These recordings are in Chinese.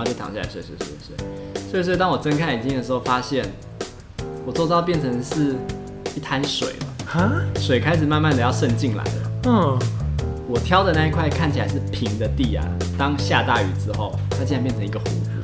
后就躺下来睡。当我睁开眼睛的时候，发现我周遭变成是一滩水了，水开始慢慢的要渗进来了。我挑的那一块看起来是平的地啊，当下大雨之后，它竟然变成一个湖泊。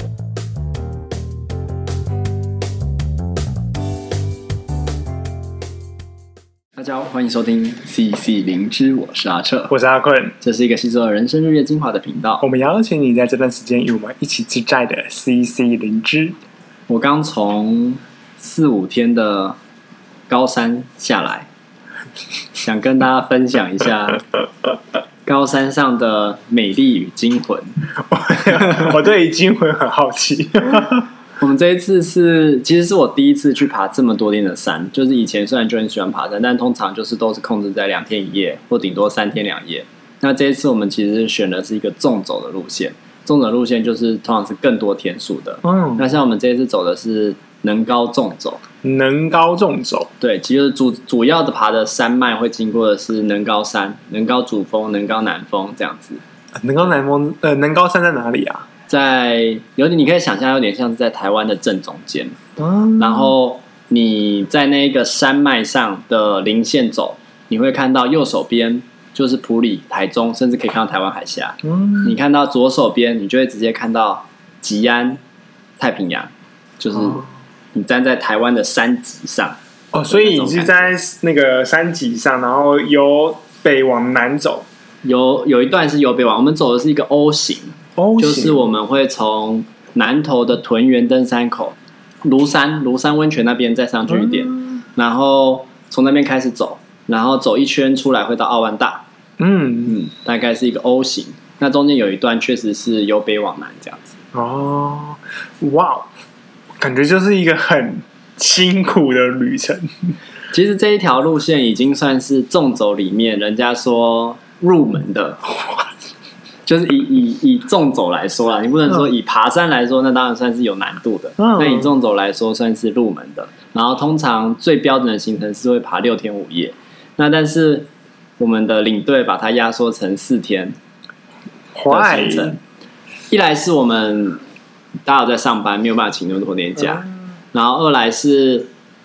大家好，欢迎收听 CC 灵芝，我是阿彻， 我是阿坤， 这是一个吸收人生日月精华的频道。 我们邀请你在这段时间与我们一起自在的 CC 灵芝。 我刚从4-5天的高山下来，想跟大家分享一下高山上的美丽与惊魂。 我对惊魂很好奇。 我们这一次其实是我第一次去爬这么多天的山，就是以前虽然就很喜欢爬山，但通常就是都是控制在2天1夜或顶多3天2夜。那这一次我们其实选的是一个纵走的路线，纵走路线就是通常是更多天数的。那像我们这一次走的是能高纵走。 能高纵走， 对，其实主要的爬的山脉会经过的是能高山、能高主峰、能高南峰这样子。 能高南峰，能高山在哪里啊？ 你可以想象有点像是在台湾的正中间，然后你在那个山脉上的零线走，你会看到右手边就是埔里、台中，甚至可以看到台湾海峡。你看到左手边，你就会直接看到吉安、太平洋，就是你站在台湾的山脊上。 所以你是在那个山脊上，然后由北往南走。 有一段是由北往，我们走的是一个 O 型。就是我们会从南投的屯园登山口、庐山温泉那边再上去一点，然后从那边开始走，然后走一圈出来会到奥万大，大概是一个 O 型。那中间有一段确实是由北往南这样子。 哇，感觉就是一个很辛苦的旅程。 其实这一条路线已经算是纵走里面人家说入门的。就是以纵走来说啦，你不能说以爬山来说，那当然算是有难度的。那以纵走来说，算是入门的。然后通常最标准的行程是会爬6天5夜，那但是我们的领队把它压缩成4天的行程。一来是我们大家有在上班，没有办法请那么多年假，然后二来是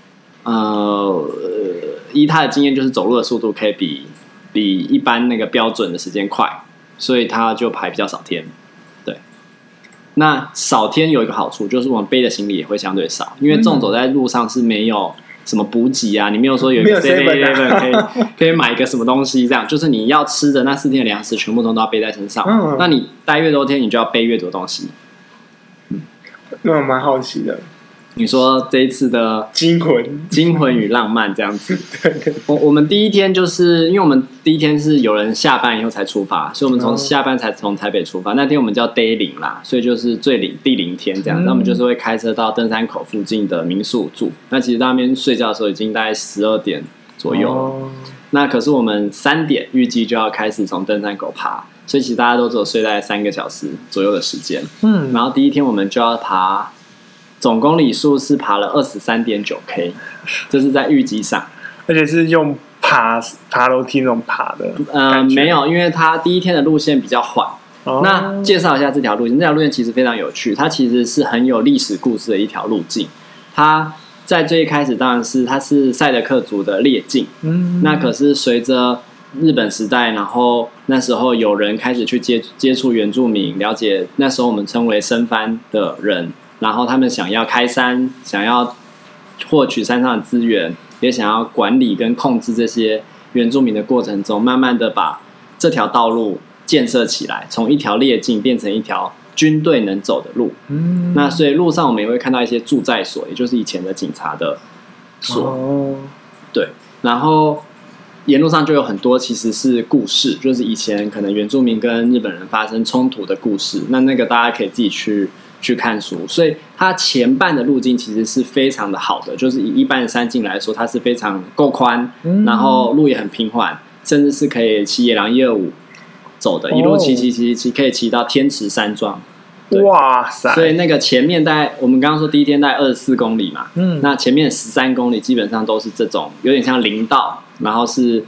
依他的经验，就是走路的速度可以比一般那个标准的时间快。所以他就排比较少天，对。那少天有一个好处，就是我们背的行李也会相对少，因为纵走在路上是没有什么补给啊，你没有说有一个 7-Eleven 可以买一个什么东西，这样就是你要吃的那4天的粮食全部都要背在身上。那你待越多天，你就要背越多东西。 那我蛮好奇的。 你说这一次的惊魂与浪漫这样子。 对， 我们第一天就是因为我们第一天是有人下班以后才出发，所以我们从下班才从台北出发。那天我们叫 Day 0啦，所以就是第0天这样。那我们就是会开车到登山口附近的民宿住。那其实到那边睡觉的时候已经大概12点左右了。那可是我们3点预计就要开始从登山口爬，所以其实大家都只有睡在3个小时左右的時間。然后第一天我们就要爬。总公里数是爬了23.9K， 这是在预计上， 而且是用爬楼梯那种爬的。 没有，因为它第一天的路线比较缓。那介绍一下这条路线，这条路线其实非常有趣，它其实是很有历史故事的一条路径。它在最一开始当然是它是赛德克族的列境，那可是随着日本时代，然后那时候有人开始去接触原住民，了解那时候我们称为生番的人。然后他们想要开山，想要获取山上的资源，也想要管理跟控制这些原住民的过程中，慢慢的把这条道路建设起来，从一条列境变成一条军队能走的路。那所以路上我们也会看到一些驻在所，也就是以前的警察的所。对，然后沿路上就有很多其实是故事，就是以前可能原住民跟日本人发生冲突的故事。那个大家可以自己去看书，所以它前半的路径其实是非常的好的，就是以一般的山径来说，它是非常够宽，然后路也很平缓，甚至是可以骑野狼125走的，一路骑可以骑到天池山庄。 哇塞！ 所以那个前面大概我们刚刚说第一天大概24公里嘛，那前面13公里基本上都是这种有点像林道，然后是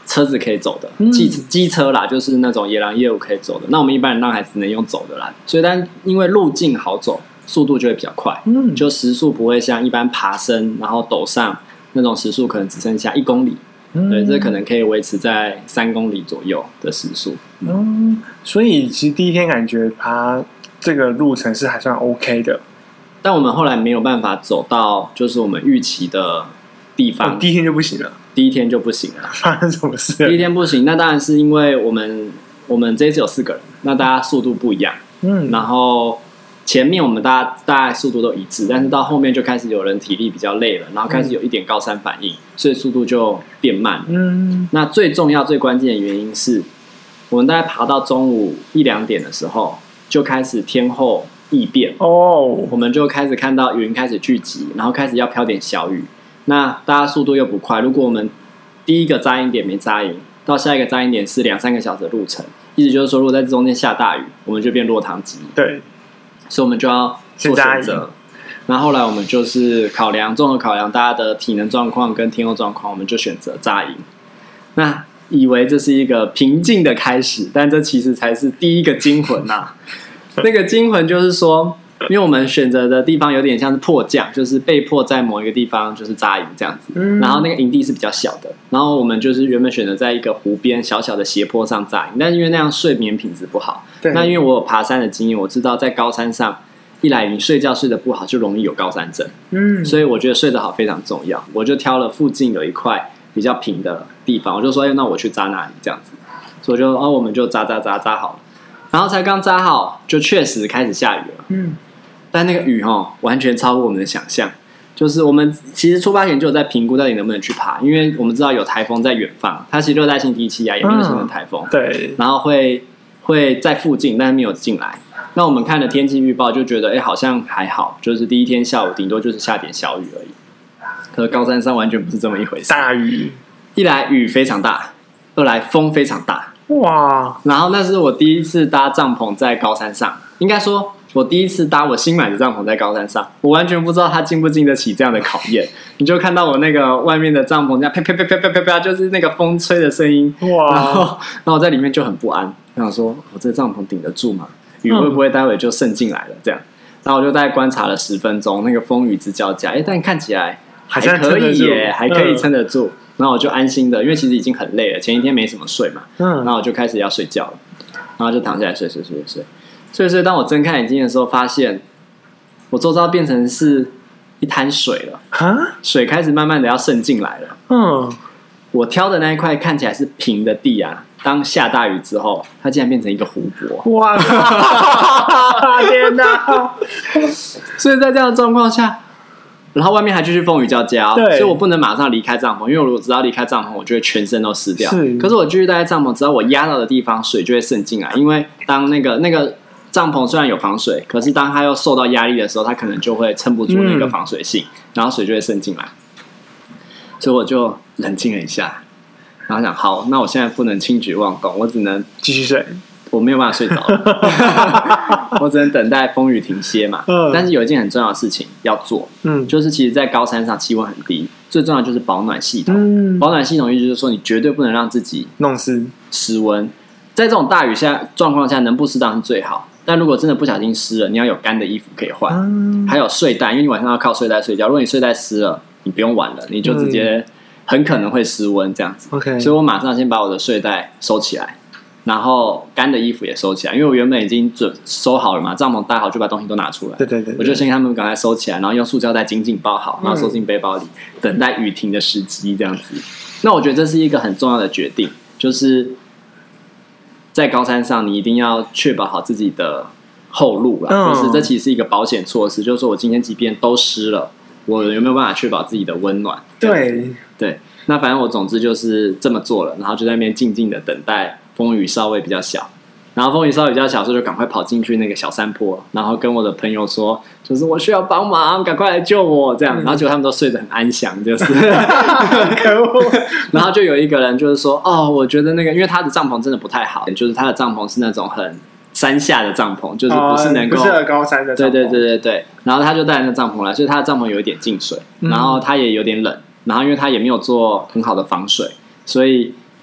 车子可以走的，机车啦，就是那种野狼业务可以走的。那我们一般人当然还只能用走的啦。所以，但因为路径好走，速度就会比较快，就时速不会像一般爬升然后陡上那种时速可能只剩下1公里。对，这可能可以维持在3公里左右的时速。 所以其实第一天感觉爬这个路程是还算 OK 的， 但我们后来没有办法走到就是我们预期的地方。 第一天就不行了。 第一天就不行了。 发生什么事了？ 第一天不行，那当然是因为我们这一次有4个人，那大家速度不一样。然后前面我们大概速度都一致，但是到后面就开始有人体力比较累了，然后开始有一点高山反应，所以速度就变慢了。那最重要、最关键的原因是，我们大概爬到中午1、2点的时候，就开始天候异变我们就开始看到云开始聚集，然后开始要飘点小雨。那大家速度又不快，如果我们第一个扎营点没扎营，到下一个扎营点是2、3个小时的路程，意思就是说，如果在中间下大雨，我们就变落汤鸡。 对。 所以我们就要做选择，然后后来我们就是综合考量大家的体能状况跟天候状况，我们就选择扎营。那以为这是一个平静的开始，但这其实才是第一个惊魂呐。那个惊魂就是说，因为我们选择的地方有点像是迫降，就是被迫在某一个地方就是扎营这样子。然后那个营地是比较小的，然后我们就是原本选择在一个湖边小小的斜坡上扎营，但是因为那样睡眠品质不好。那因为我有爬山的经验，我知道在高山上，一来你睡觉睡得不好，就容易有高山症。所以我觉得睡得好非常重要。我就挑了附近有一块比较平的地方，我就说，那我去扎那里这样子。所以我们就扎好了，然后才刚扎好，就确实开始下雨了。但那个雨完全超过我们的想象。就是我们其实出发前就有在评估到底能不能去爬，因为我们知道有台风在远方，它其实热带性低气压也没有形成台风。 对， 然后会在附近，但是没有进来。那我们看了天气预报，就觉得好像还好，就是第一天下午顶多就是下点小雨而已。可是高山上完全不是这么一回事， 大雨， 一来雨非常大，二来风非常大。 哇！ 然后那是我第一次搭帐篷在高山上，应该说我第一次搭我新买的帐篷在高山上，我完全不知道它经不经得起这样的考验。你就看到我那个外面的帐篷这样啪啪啪啪啪啪啪，就是那个风吹的声音。 哇！ 然后我在里面就很不安，我想说我这帐篷顶得住吗？雨会不会待会就渗进来了？这样，然后我就大概观察了10分钟，那个风雨之交加，但看起来还可以耶，还可以撑得住。然后我就安心的，因为其实已经很累了，前一天没什么睡嘛。然后我就开始要睡觉了，然后就躺下来睡。当我睁开眼睛的时候，发现我周遭变成是一滩水了，水开始慢慢的要渗进来了。我挑的那一块看起来是平的地啊，当下大雨之后，它竟然变成一个湖泊。 哇！天哪！ 所以在这样的状况下，然后外面还继续风雨交加，所以我不能马上离开帐篷，因为我如果只要离开帐篷，我就会全身都湿掉。可是我继续待在帐篷，只要我压到的地方，水就会渗进来。因为当那个帐篷虽然有防水，可是当它又受到压力的时候，它可能就会撑不住那个防水性，然后水就会渗进来。所以我就冷静了一下，然后想，好，那我现在不能轻举妄动，我只能继续睡。 我没有办法睡着我只能等待风雨停歇嘛。但是有一件很重要的事情要做，就是其实在高山上气温很低，最重要的就是保暖系统。保暖系统意思就是说，你绝对不能让自己弄失温。在这种大雨下状况下，能不湿当然是最好。但如果真的不小心湿了，你要有干的衣服可以换，还有睡袋，因为你晚上要靠睡袋睡觉。如果你睡袋湿了，你不用玩了，你就直接很可能会失温这样子。所以我马上先把我的睡袋收起来，然后干的衣服也收起来，因为我原本已经收好了嘛，帐篷搭好就把东西都拿出来。 对， 我就先给他们赶快收起来，然后用塑胶袋紧紧包好，然后收进背包里，等待雨停的时机这样子。那我觉得这是一个很重要的决定，就是在高山上你一定要确保好自己的后路啦，就是这其实是一个保险措施，就是说我今天即便都湿了，我有没有办法确保自己的温暖？对，那反正我总之就是这么做了，然后就在那边静静的等待风雨稍微比较小，然后风雨稍微比较小的时候就赶快跑进去那个小山坡，然后跟我的朋友说，就是我需要帮忙，赶快来救我这样，然后结果他们都睡得很安详，就是可恶。 然后就有一个人就是说，我觉得那个，因为他的帐篷真的不太好，就是他的帐篷是那种很山下的帐篷，就是不是能够不适合高山的帐篷。 对，然后他就带着那帐篷来，所以他的帐篷有一点进水，然后他也有点冷，然后因为他也没有做很好的防水，所以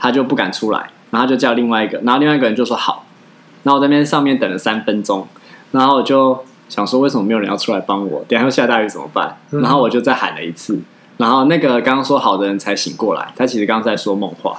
他就不敢出来，然后就叫另外一个，然后另外一个人就说好，然后我在那边上面等了3分钟，然后我就想说为什么没有人要出来帮我？等一下又下大雨怎么办？然后我就再喊了一次，然后那个刚刚说好的人才醒过来，他其实刚刚在说梦话。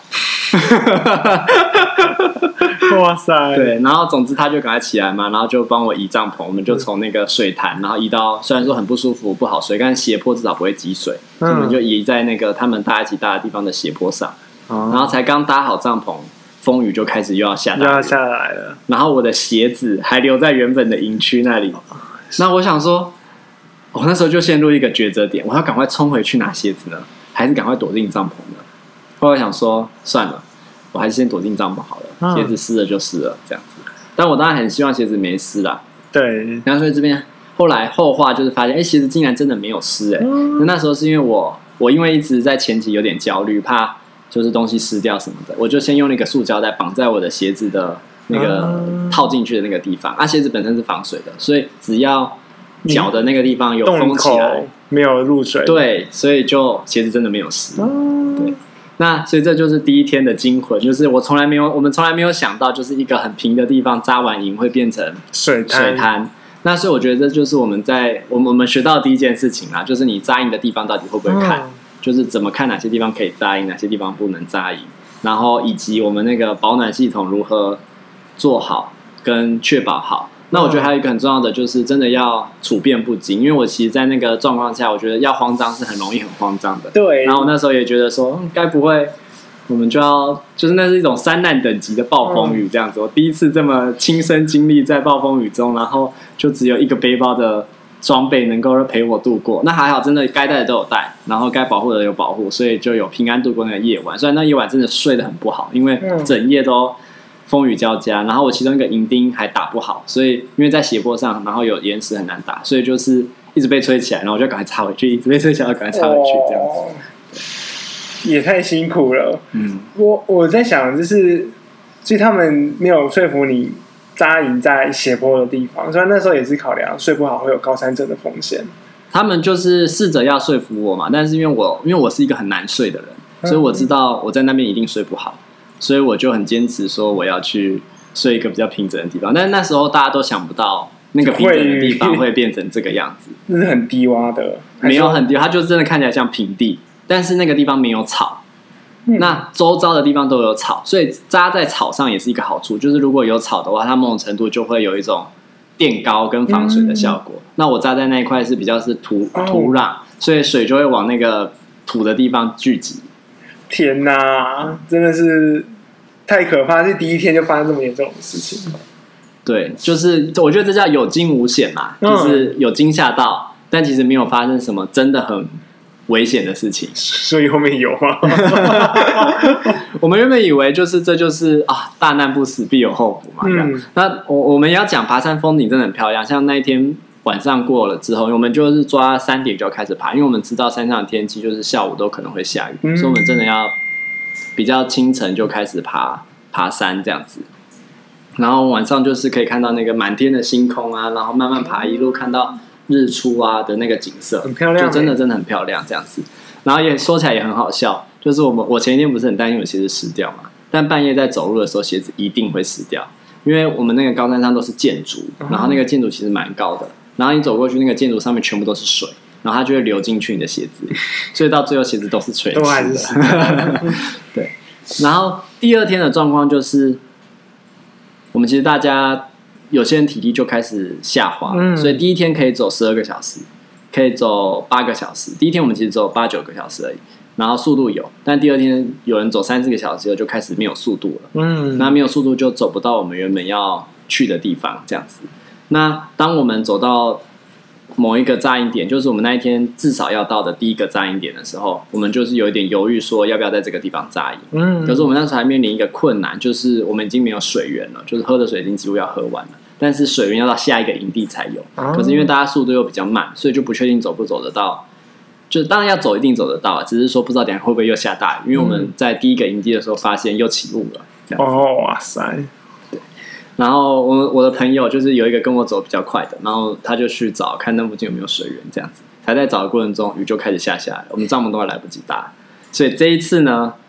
哇塞！ 对，然后总之他就赶快起来嘛，然后就帮我移帐篷，我们就从那个水潭，然后移到虽然说很不舒服不好睡，但斜坡至少不会积水，我们就移在那个他们大家一起搭的地方的斜坡上，然后才刚搭好帐篷，风雨就开始又要下大雨， 又要下来了。 然后我的鞋子还留在原本的营区那里，那我想说，我那时候就陷入一个抉择点，我要赶快冲回去拿鞋子呢，还是赶快躲进帐篷呢？后来想说算了，我还是先躲进帐篷好了，鞋子湿了就湿了这样子。但我当然很希望鞋子没湿啦。 对， 然后所以这边后来后话就是发现，鞋子竟然真的没有湿那时候是因为我因为一直在前期有点焦虑，怕就是东西湿掉什么的，我就先用那个塑胶袋绑在我的鞋子的那个套进去的那个地方。鞋子本身是防水的，所以只要脚的那个地方有封起来， 没有入水， 对，所以就鞋子真的没有湿。对。那所以这就是第一天的惊魂，就是我们从来没有想到，就是一个很平的地方扎完营会变成水滩。那所以我觉得这就是我们学到的第一件事情啦，就是你扎营的地方到底会不会看，就是怎么看哪些地方可以扎营，哪些地方不能扎营，然后以及我们那个保暖系统如何做好跟确保好。那我觉得还有一个很重要的就是真的要处变不惊，因为我其实在那个状况下，我觉得要慌张是很容易很慌张的。 对。 然后我那时候也觉得说，该不会我们就是那是一种3难等级的暴风雨这样子。我第一次这么亲身经历在暴风雨中，然后就只有一个背包的装备能够陪我度过。那还好，真的该带的都有带，然后该保护的有保护，所以就有平安度过那个夜晚。虽然那夜晚真的睡得很不好，因为整夜都风雨交加，然后我其中一个营钉还打不好，所以因为在斜坡上，然后有岩石很难打，所以就是一直被吹起来，然后我就赶快插回去，一直被吹起来，赶快插回去，这样子。也太辛苦了。我在想，就是其实他们没有说服你扎营在斜坡的地方，虽然那时候也是考量睡不好会有高山症的风险。 他们就是试着要说服我嘛，但是因为我是一个很难睡的人，所以我知道我在那边一定睡不好。所以我就很坚持说我要去睡一个比较平整的地方，但是那时候大家都想不到那个平整的地方会变成这个样子， 那是很低洼的， 没有很低，它就真的看起来像平地，但是那个地方没有草，那周遭的地方都有草，所以扎在草上也是一个好处，就是如果有草的话，它某种程度就会有一种垫高跟防水的效果。那我扎在那一块是比较是土壤，所以水就会往那个土的地方聚集。 天哪，真的是太可怕！是第一天就发生这么严重的事情。 对，就是我觉得这叫有惊无险嘛，就是有惊吓到，但其实没有发生什么真的很危险的事情。 所以后面有吗？ 我们原本以为这就是大难不死必有后福嘛。那我们也要讲爬山风景真的很漂亮，像那一天晚上过了之后，我们就是抓3点就开始爬，因为我们知道山上的天气就是下午都可能会下雨，所以我们真的要比较清晨就开始爬山这样子。然后晚上就是可以看到那个满天的星空啊，然后慢慢爬，一路看到日出啊的那个景色， 很漂亮， 就真的很漂亮这样子。然后也说起来也很好笑，就是我前一天不是很担心我鞋子湿掉嘛，但半夜在走路的时候鞋子一定会湿掉，因为我们那个高山上都是建筑，然后那个建筑其实蛮高的。然后你走过去，那个建筑上面全部都是水，然后它就会流进去你的鞋子，所以到最后鞋子都是垂直的。对。然后第二天的状况就是，我们其实大家有些人体力就开始下滑，所以第一天可以走12个小时，可以走8个小时。第一天我们其实走8、9个小时而已，然后速度有，但第二天有人走3、4个小时后就开始没有速度了。那没有速度就走不到我们原本要去的地方，这样子。那当我们走到某一个扎营点，就是我们那一天至少要到的第一个扎营点的时候，我们就是有一点犹豫，说要不要在这个地方扎营。可是我们那时候还面临一个困难，就是我们已经没有水源了，就是喝的水已经几乎要喝完了，但是水源要到下一个营地才有。可是因为大家速度又比较慢，所以就不确定走不走得到。就当然要走一定走得到，只是说不知道等一下会不会又下大雨，因为我们在第一个营地的时候发现又起雾了。这样子。 哇塞！ 然后我的朋友就是有一个跟我走比较快的，然后他就去找看那附近有没有水源，这样子才在找的过程中雨就开始下来了，我们帐篷都还来不及搭，所以这一次呢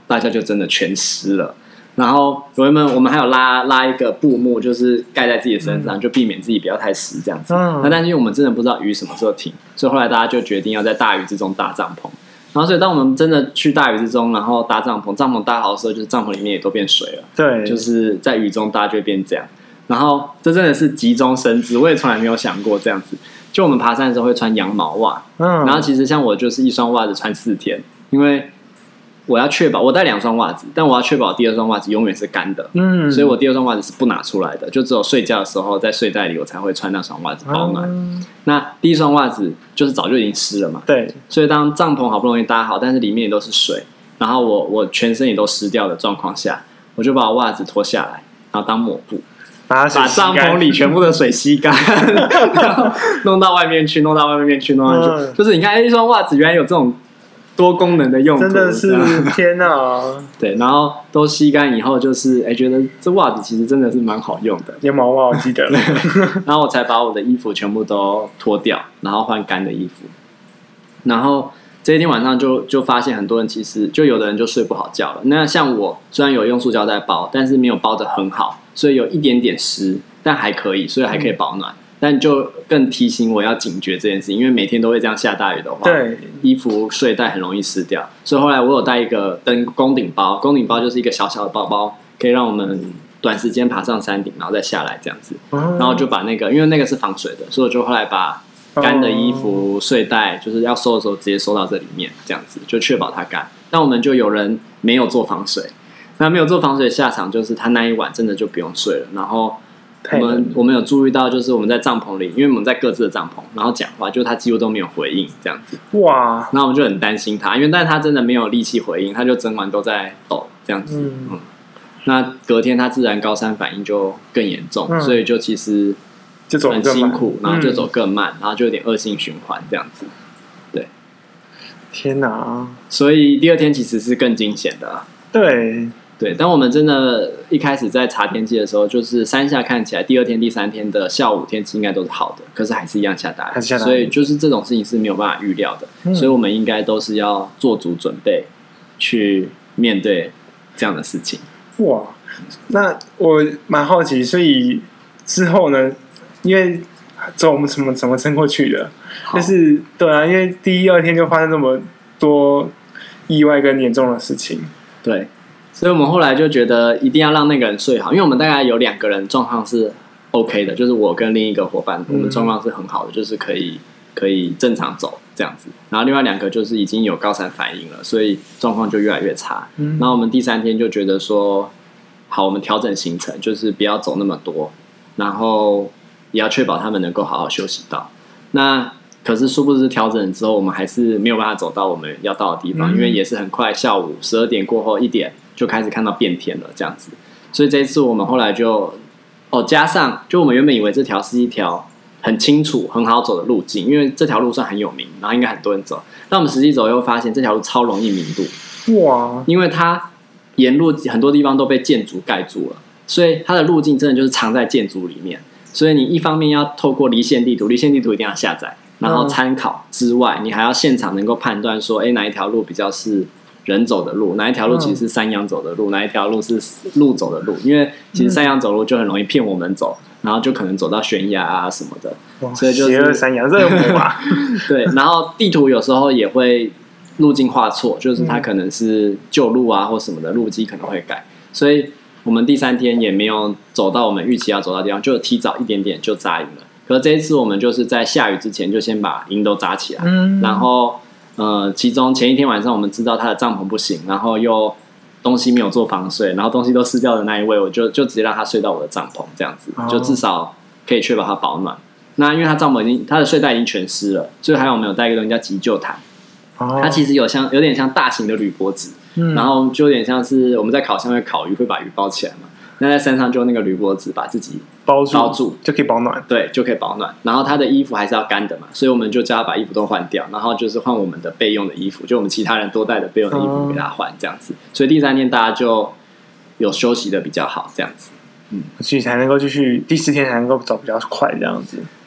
大家就真的全湿了。然后我们还有拉一个布幕，就是盖在自己的身上，就避免自己不要太湿这样子。那但是因为我们真的不知道雨什么时候停，所以后来大家就决定要在大雨之中搭帐篷。然后所以当我们真的去大雨之中，然后搭帐篷搭好的时候，就是帐篷里面也都变水了。 对， 就是在雨中搭就会变这样。然后这真的是急中生智，我也从来没有想过这样子。就我们爬山的时候会穿羊毛袜，然后其实像我就是一双袜子穿4天，因为我要确保我带2双袜子，但我要确保第2双袜子永远是干的，所以我第2双袜子是不拿出来的，就只有睡觉的时候在睡袋里我才会穿那双袜子保暖。那第1双袜子就是早就已经湿了嘛， 对， 所以当帐篷好不容易搭好，但是里面也都是水，然后我全身也都湿掉的状况下，我就把袜子脱下来，然后当抹布。把帐篷里全部的水吸干，然后弄到外面去，就是你看，一双袜子原来有这种多功能的用途， 真的是天哪！ 对，然后都吸干以后，就是觉得这袜子其实真的是蛮好用的。 羊毛袜我记得了， 然后我才把我的衣服全部都脱掉，然后换干的衣服。然后这一天晚上就发现很多人其实就有的人就睡不好觉了。那像我虽然有用塑胶袋包，但是没有包得很好。所以有一点点湿，但还可以，所以还可以保暖。但就更提醒我要警觉这件事情，因为每天都会这样下大雨的话， 对， 衣服、睡袋很容易湿掉。所以后来我有带一个攻顶包，攻顶包就是一个小小的包包，可以让我们短时间爬上山顶，然后再下来这样子。然后就把那个，因为那个是防水的，所以我就后来把干的衣服、睡袋，就是要收的时候直接收到这里面，这样子就确保它干。但我们就有人没有做防水。那没有做防水的下场就是他那一晚真的就不用睡了。然后我们有注意到，就是我们在帐篷里，因为我们在各自的帐篷，然后讲话，就是他几乎都没有回应这样子。 哇！ 然后我们就很担心他，因为但是他真的没有力气回应，他就整晚都在抖这样子。那隔天他自然高山反应就更严重，所以就其实就很辛苦，然后就走更慢，然后就有点恶性循环这样子。对， 天哪！ 所以第2天其实是更惊险的。对，当我们真的一开始在查天气的时候，就是山下看起来第2天、第3天的下午天气应该都是好的，可是还是一样下大雨，所以就是这种事情是没有办法预料的，所以我们应该都是要做足准备去面对这样的事情。 哇，那我蛮好奇，所以之后呢，因为我们怎么撑过去的？就是对啊，因为第2天就发生这么多意外跟严重的事情。 对，所以我们后来就觉得一定要让那个人睡好，因为我们大概有2个人状况是 OK 的，就是我跟另一个伙伴，我们状况是很好的，就是可以正常走这样子。然后另外2个就是已经有高山反应了，所以状况就越来越差。然后我们第3天就觉得说，好，我们调整行程，就是不要走那么多，然后也要确保他们能够好好休息到。那可是殊不知调整之后，我们还是没有办法走到我们要到的地方，因为也是很快，下午12点过后1点就开始看到变天了这样子。所以这一次我们后来就加上就我们原本以为这条是一条很清楚很好走的路径，因为这条路算很有名，然后应该很多人走。但我们实际走又发现这条路超容易迷路， 哇！ 因为它沿路很多地方都被建筑盖住了，所以它的路径真的就是藏在建筑里面。所以你一方面要透过离线地图，离线地图一定要下载，然后参考之外，你还要现场能够判断说，哪一条路比较是人走的路，哪一条路其实是山羊走的路，哪一条路是鹿走的路。因为其实山羊走路就很容易骗我们走，然后就可能走到悬崖啊什么的，所以就是邪恶山羊这个嘛。 对，然后地图有时候也会路径画错，就是它可能是旧路啊或什么的，路基可能会改，所以我们第3天也没有走到我们预期要走到的地方，就提早一点点就扎营了。可是这一次我们就是在下雨之前就先把营都扎起来，然后其中前一天晚上我们知道他的帐篷不行，然后又东西没有做防水，然后东西都湿掉的那一位，我就直接让他睡到我的帐篷，这样子就至少可以确保他保暖。那因为他帐篷他的睡袋已经全湿了，所以还有我们有带一个东西叫急救毯，它其实有点像大型的铝箔纸，然后就有点像是我们在烤箱会烤鱼会把鱼包起来嘛，那在山上就用那个铝箔纸把自己包住就可以保暖， 对，就可以保暖。然后他的衣服还是要干的嘛，所以我们就叫他把衣服都换掉，然后就是换我们的备用的衣服，就我们其他人多带的备用的衣服给他换，这样子。所以第3天大家就有休息的比较好，这样子， 所以才能够继续第4天才能够走比较快这样子。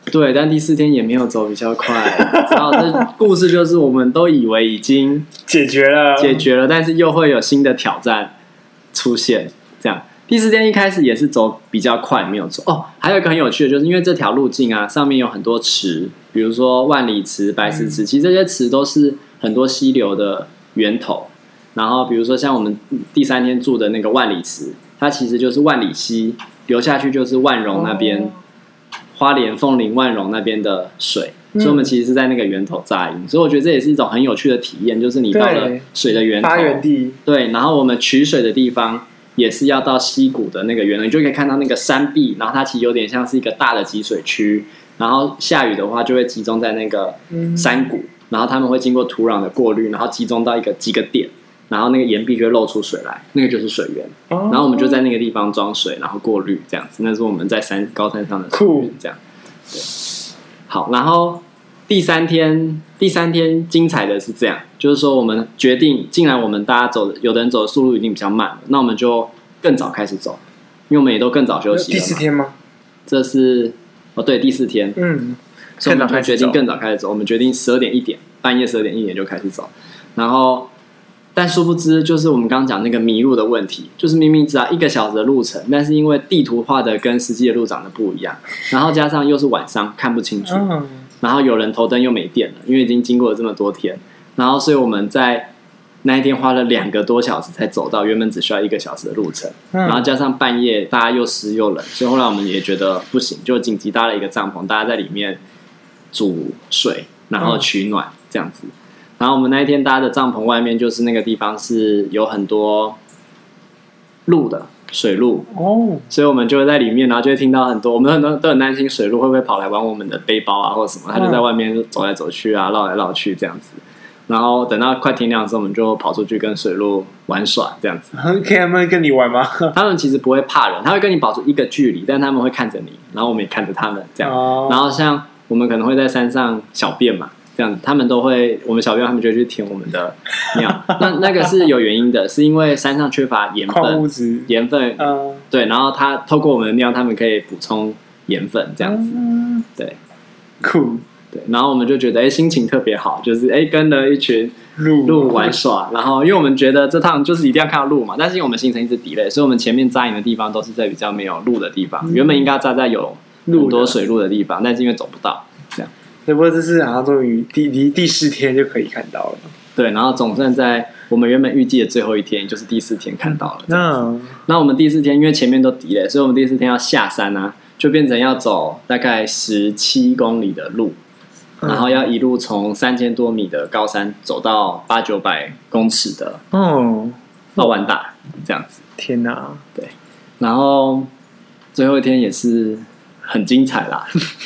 对，但第4天也没有走比较快。然后这故事就是我们都以为已经解决了， 但是又会有新的挑战出现。这样第4天一开始也是走比较快，没有错哦。还有一个很有趣的，就是因为这条路径啊，上面有很多池，比如说万里池、白石池，其实这些池都是很多溪流的源头。然后比如说像我们第3天住的那个万里池，它其实就是万里溪流下去，就是万荣那边。花莲、凤林、万荣那边的水，所以我们其实是在那个源头扎营，所以我觉得这也是一种很有趣的体验，就是你到了水的源头， 发源地， 对，然后我们取水的地方也是要到溪谷的那个源头，你就可以看到那个山壁，然后它其实有点像是一个大的集水区，然后下雨的话就会集中在那个山谷，然后他们会经过土壤的过滤，然后集中到几个点。然后那个岩壁就会露出水来，那个就是水源。然后我们就在那个地方装水，然后过滤这样子。那是我们在高山上的水源这样。对，好，然后第三天精彩的是这样，就是说我们决定，既然我们大家走的，有的人走的速度一定比较慢，那我们就更早开始走，因为我们也都更早休息了嘛。 第4天吗？ 这是对第4天，所以我们就决定更早开始走。我们决定半夜12点1点就开始走，然后。但殊不知，就是我们刚刚讲那个迷路的问题，就是明明只要1个小时的路程，但是因为地图画的跟实际的路长得不一样，然后加上又是晚上看不清楚，然后有人头灯又没电了，因为已经经过了这么多天，然后所以我们在那一天花了2个多小时才走到原本只需要1个小时的路程，然后加上半夜大家又湿又冷，所以后来我们也觉得不行，就紧急搭了一个帐篷，大家在里面煮水，然后取暖这样子。然后我们那一天搭的帐篷外面就是那个地方是有很多路的水路所以我们就会在里面，然后就会听到很多，我们都很担心水路会不会跑来玩我们的背包啊或者什么，他就在外面走来走去啊，绕来绕去这样子。然后等到快天亮的时候，我们就跑出去跟水路玩耍这样子。 他们跟你玩吗？ 他们其实不会怕人，他会跟你保持一个距离，但他们会看着你，然后我们也看着他们这样。然后像我们可能会在山上小便嘛。这样子，他们都会，我们小便，他们就会去舔我们的尿。那个是有原因的，是因为山上缺乏盐分，对，然后他透过我们的尿，他们可以补充盐分，这样子，对， 酷， 对，然后我们就觉得，心情特别好，就是跟了一群鹿玩耍，然后因为我们觉得这趟就是一定要看到鹿嘛，但是因为我们行程一直 delay， 所以我们前面扎营的地方都是在比较没有鹿的地方，原本应该扎在有很多水路的地方，但是因为走不到，这样。 不过这次好像终于离第4天就可以看到了。 对，然后总算在我们原本预计的最后一天，就是第4天看到了。那我们第4天因为前面都抵了，所以我们第4天要下山啊，就变成要走大概17公里的路，然后要一路从3000多米的高山走到800-900公尺的奥万大这样子。 天哪！ 对，然后最后一天也是。很精彩啦，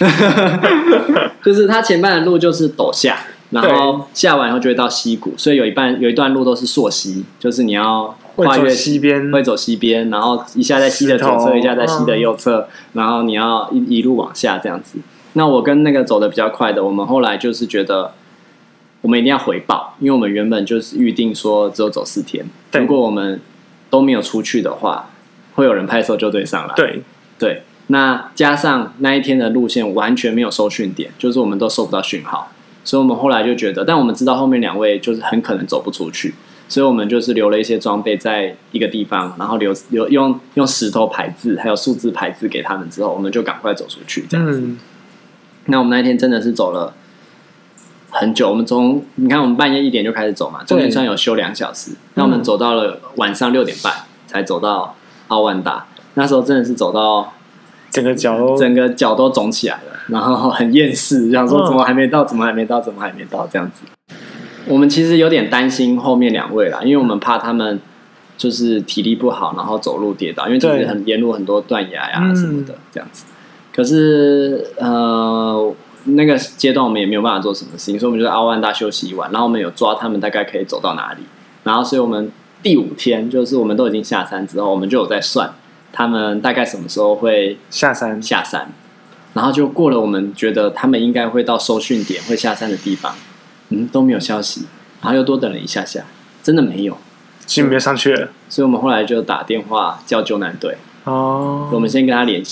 就是它前半的路就是陡下，然后下完以后就会到溪谷，所以有一段路都是溯溪，就是你要跨越溪边， 会走溪边，然后一下在溪的左侧，一下在溪的右侧，然后你要一路往下这样子。那我跟那个走的比较快的，我们后来就是觉得我们一定要回报，因为我们原本就是预定说只有走4天，如果我们都没有出去的话，会有人派搜救队上来。对。那加上那一天的路线完全没有收讯点，就是我们都收不到讯号，所以我们后来就觉得，但我们知道后面2位就是很可能走不出去，所以我们就是留了一些装备在一个地方，然后用石头排字还有数字排字给他们之后，我们就赶快走出去这样子。那我们那一天真的是走了很久，我们你看我们半夜1点就开始走嘛，中间虽然有休2小时，那我们走到了晚上6点半才走到奥万大，那时候真的是走到。整个脚都肿起来了，然后很厌世，想说怎么还没到这样子。我们其实有点担心后面2位啦，因为我们怕他们就是体力不好，然后走路跌倒，因为其实沿路很多断崖啊什么的这样子。可是那个阶段我们也没有办法做什么事情，所以我们就在奥万大休息一晚，然后我们有抓他们大概可以走到哪里，然后所以我们第5天就是我们都已经下山之后，我们就有在算。他们大概什么时候会下山？ 然后就过了我们觉得他们应该会到收讯点会下山的地方，都没有消息，然后又多等了一下下，真的没有， 其实没有上去了， 所以我们后来就打电话叫救难队。我们先跟他联系，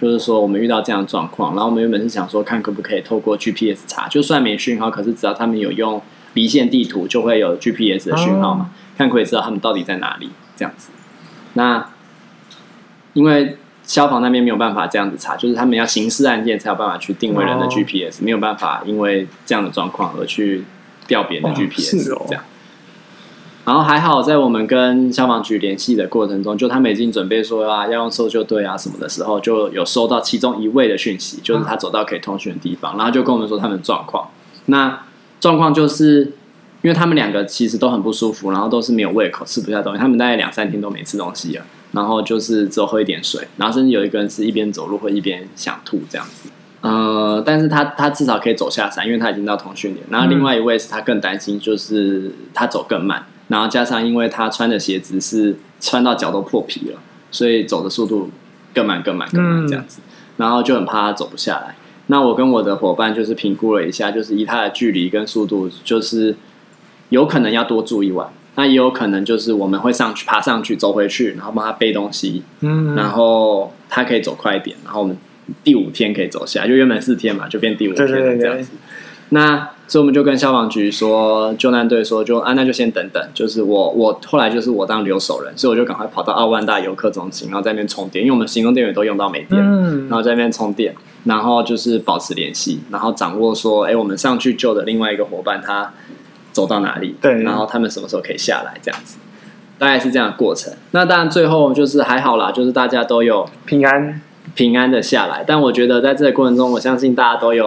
就是说我们遇到这样的状况，然后我们原本是想说看可不可以透过 GPS 查，就算没讯号，可是只要他们有用离线地图，就会有 GPS 的讯号嘛，看可以知道他们到底在哪里这样子。那因为消防那边没有办法这样子查，就是他们要刑事案件才有办法去定位人的 GPS，没有办法因为这样的状况而去调别人的 GPS 这样。然后还好，在我们跟消防局联系的过程中，就他们已经准备说要用搜救队啊什么的时候，就有收到其中一位的讯息，就是他走到可以通讯的地方，然后就跟我们说他们的状况。那状况就是因为他们两个其实都很不舒服，然后都是没有胃口，吃不下东西，他们大概2-3天都没吃东西了，然后就是只有喝一点水，然后甚至有一个人是一边走路会一边想吐这样子。但是他至少可以走下山，因为他已经到通讯点。然后另外一位是他更担心，就是他走更慢。然后加上因为他穿的鞋子是穿到脚都破皮了，所以走的速度更慢这样子，然后就很怕他走不下来。那我跟我的伙伴就是评估了一下，就是以他的距离跟速度，就是有可能要多住一晚，那也有可能就是我们会爬上去走回去，然后帮他背东西，然后他可以走快一点，然后我们第5天可以走下来，就原本4天嘛，就变第5天了这样子。那所以我们就跟消防局说，救难队说那就先等等，就是我后来就是我当留守人，所以我就赶快跑到奥万大游客中心，然后在那边充电，因为我们行动电源都用到没电，然后在那边充电，然后就是保持联系，然后掌握说，我们上去救的另外一个伙伴他走到哪里，对，然后他们什么时候可以下来，这样子，大概是这样的过程。那当然最后就是还好啦，就是大家都有平安的下来，但我觉得在这个过程中，我相信大家都有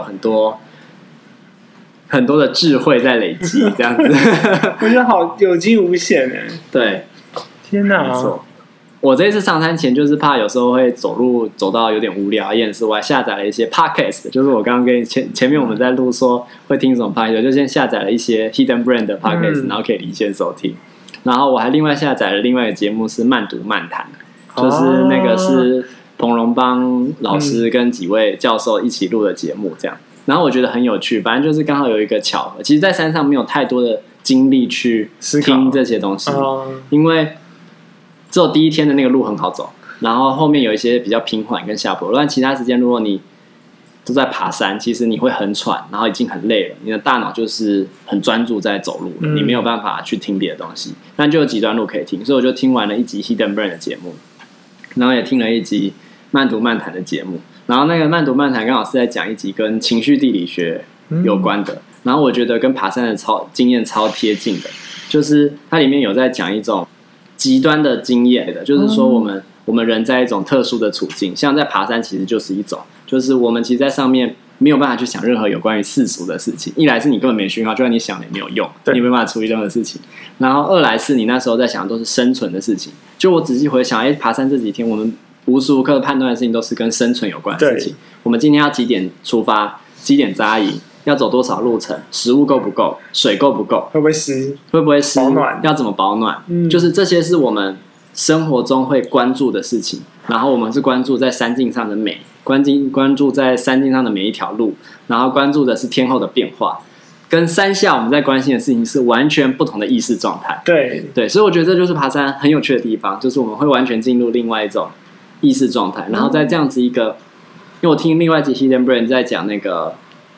很多的智慧在累积，这样子， 我觉得好有惊无险哎。 对， 天哪！ 没错，我这一次上山前就是怕有时候会走路走到有点无聊厌世，我还下载了一些 podcast， 就是我刚刚跟前面我们在录说会听什么 podcast， 就先下载了一些 Hidden Brain 的 podcast，然后可以离线收听。然后我还另外下载了另外一个节目是慢读慢谈，就是那个是彭荣邦老师跟几位教授一起录的节目，这样。然后我觉得很有趣，反正就是刚好有一个巧合。其实，在山上没有太多的精力去听这些东西，因为只有第1天的那个路很好走，然后后面有一些比较平缓跟下坡。但其他时间，如果你都在爬山，其实你会很喘，然后已经很累了，你的大脑就是很专注在走路，你没有办法去听别的东西。那就有几段路可以听，所以我就听完了一集 Hidden Brain 的节目，然后也听了一集慢读慢谈的节目。然后那个慢读慢谈刚好是在讲一集跟情绪地理学有关的，然后我觉得跟爬山的经验超贴近的，就是它里面有在讲一种极端的经验的，就是说我们人在一种特殊的处境，像在爬山其实就是一种，就是我们其实在上面没有办法去想任何有关于世俗的事情，一来是你根本没讯号，就算你想也没有用，你没办法处理任何事情，然后二来是你那时候在想的都是生存的事情。就我仔细回想，爬山这几天我们无时无刻判断的事情都是跟生存有关的事情。我们今天要几点出发，几点扎营，要走多少路程，食物够不够，水够不够， 会不会湿， 保暖，要怎么保暖，就是这些是我们生活中会关注的事情。然后我们是关注在山径上的美，关注在山径上的每一条路，然后关注的是天候的变化。跟山下我们在关心的事情是完全不同的意识状态。对，所以我觉得这就是爬山很有趣的地方，就是我们会完全进入另外一种意识状态，然后在这样子一个，因为我听另外一集 Hidden Brain 在讲那个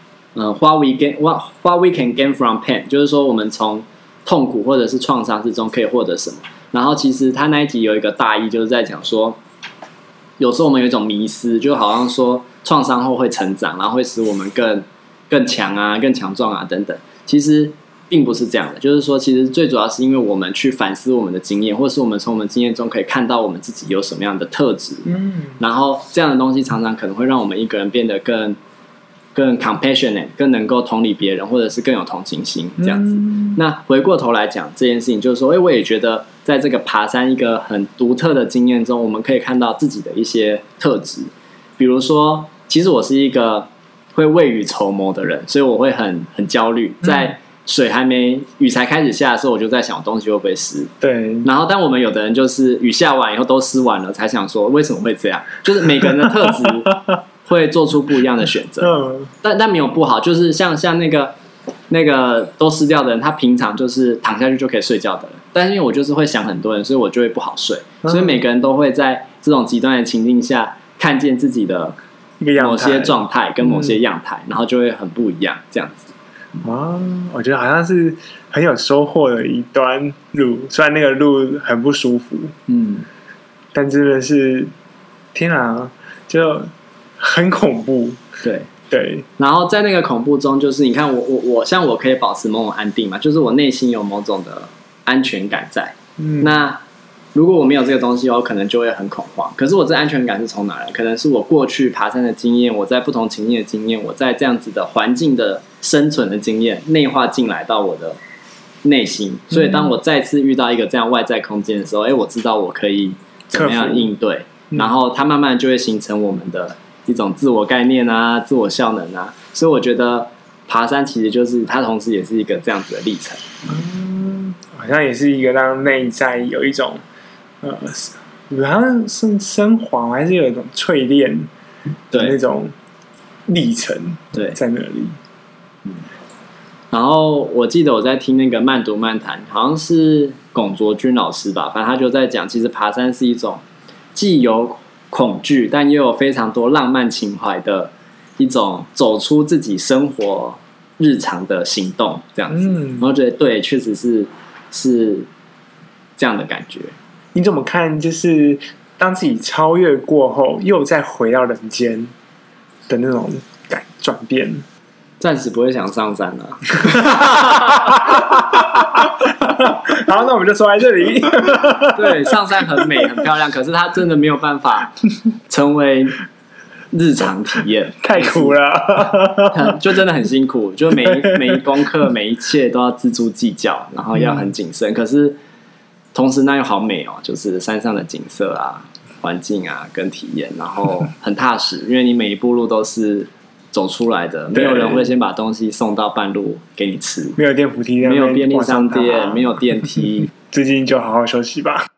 what we can gain from pain， 就是说我们从痛苦或者是创伤之中可以获得什么。然后其实他那一集有一个大意，就是在讲说，有时候我们有一种迷思，就好像说创伤后会成长，然后会使我们更强啊、更强壮啊等等。其实并不是这样的，就是说，其实最主要是因为我们去反思我们的经验，或是我们从我们经验中可以看到我们自己有什么样的特质，然后这样的东西常常可能会让我们一个人变得更 compassionate， 更能够同理别人，或者是更有同情心这样子。那回过头来讲这件事情，就是说，我也觉得在这个爬山一个很独特的经验中，我们可以看到自己的一些特质，比如说，其实我是一个会未雨绸缪的人，所以我会很焦虑，在雨才开始下的时候，我就在想东西会不会湿。对。然后，但我们有的人就是雨下完以后都湿完了，才想说为什么会这样？就是每个人的特质会做出不一样的选择。但没有不好，就是像那个都湿掉的人，他平常就是躺下去就可以睡觉的人。但是因为我就是会想很多人，所以我就会不好睡。所以每个人都会在这种极端的情境下看见自己的某些状态跟某些样态，然后就会很不一样这样子。 我觉得好像是很有收获的一段路，虽然那个路很不舒服，但真的是天啊，就很恐怖。对， 然后在那个恐怖中，就是你看我像我可以保持某种安定嘛，就是我内心有某种的安全感在。那如果我没有这个东西，我可能就会很恐慌。可是我这安全感是从哪来？可能是我过去爬山的经验，我在不同情境的经验，我在这样子的环境的生存的经验内化进来到我的内心。所以当我再次遇到一个这样外在空间的时候，我知道我可以怎么样应对，然后它慢慢就会形成我们的一种自我概念啊，自我效能啊。所以我觉得爬山其实就是它同时也是一个这样子的历程。 好像也是一个让内在有一种好像是升华，还是有一种淬炼的那种历程在那里。 然后我记得我在听那个慢读漫谈，好像是龚卓君老师吧，反正他就在讲，其实爬山是一种既有恐惧，但又有非常多浪漫情怀的一种走出自己生活日常的行动，这样子。然后觉得对，确实是这样的感觉。 你怎么看？就是当自己超越过后，又再回到人间的那种转变。 暂时不会想上山了。 好，那我们就说在这里。 对，上山很美很漂亮，可是它真的没有办法成为日常体验， 太苦了， 就真的很辛苦，就每一功课每一切都要锱铢计较，然后要很谨慎。可是同时那又好美哦，就是山上的景色啊、环境啊跟体验，然后很踏实，因为你每一步路都是走出来的，没有人会先把东西送到半路给你吃， 没有电扶梯， 没有便利商店，没有电梯。 最近就好好休息吧。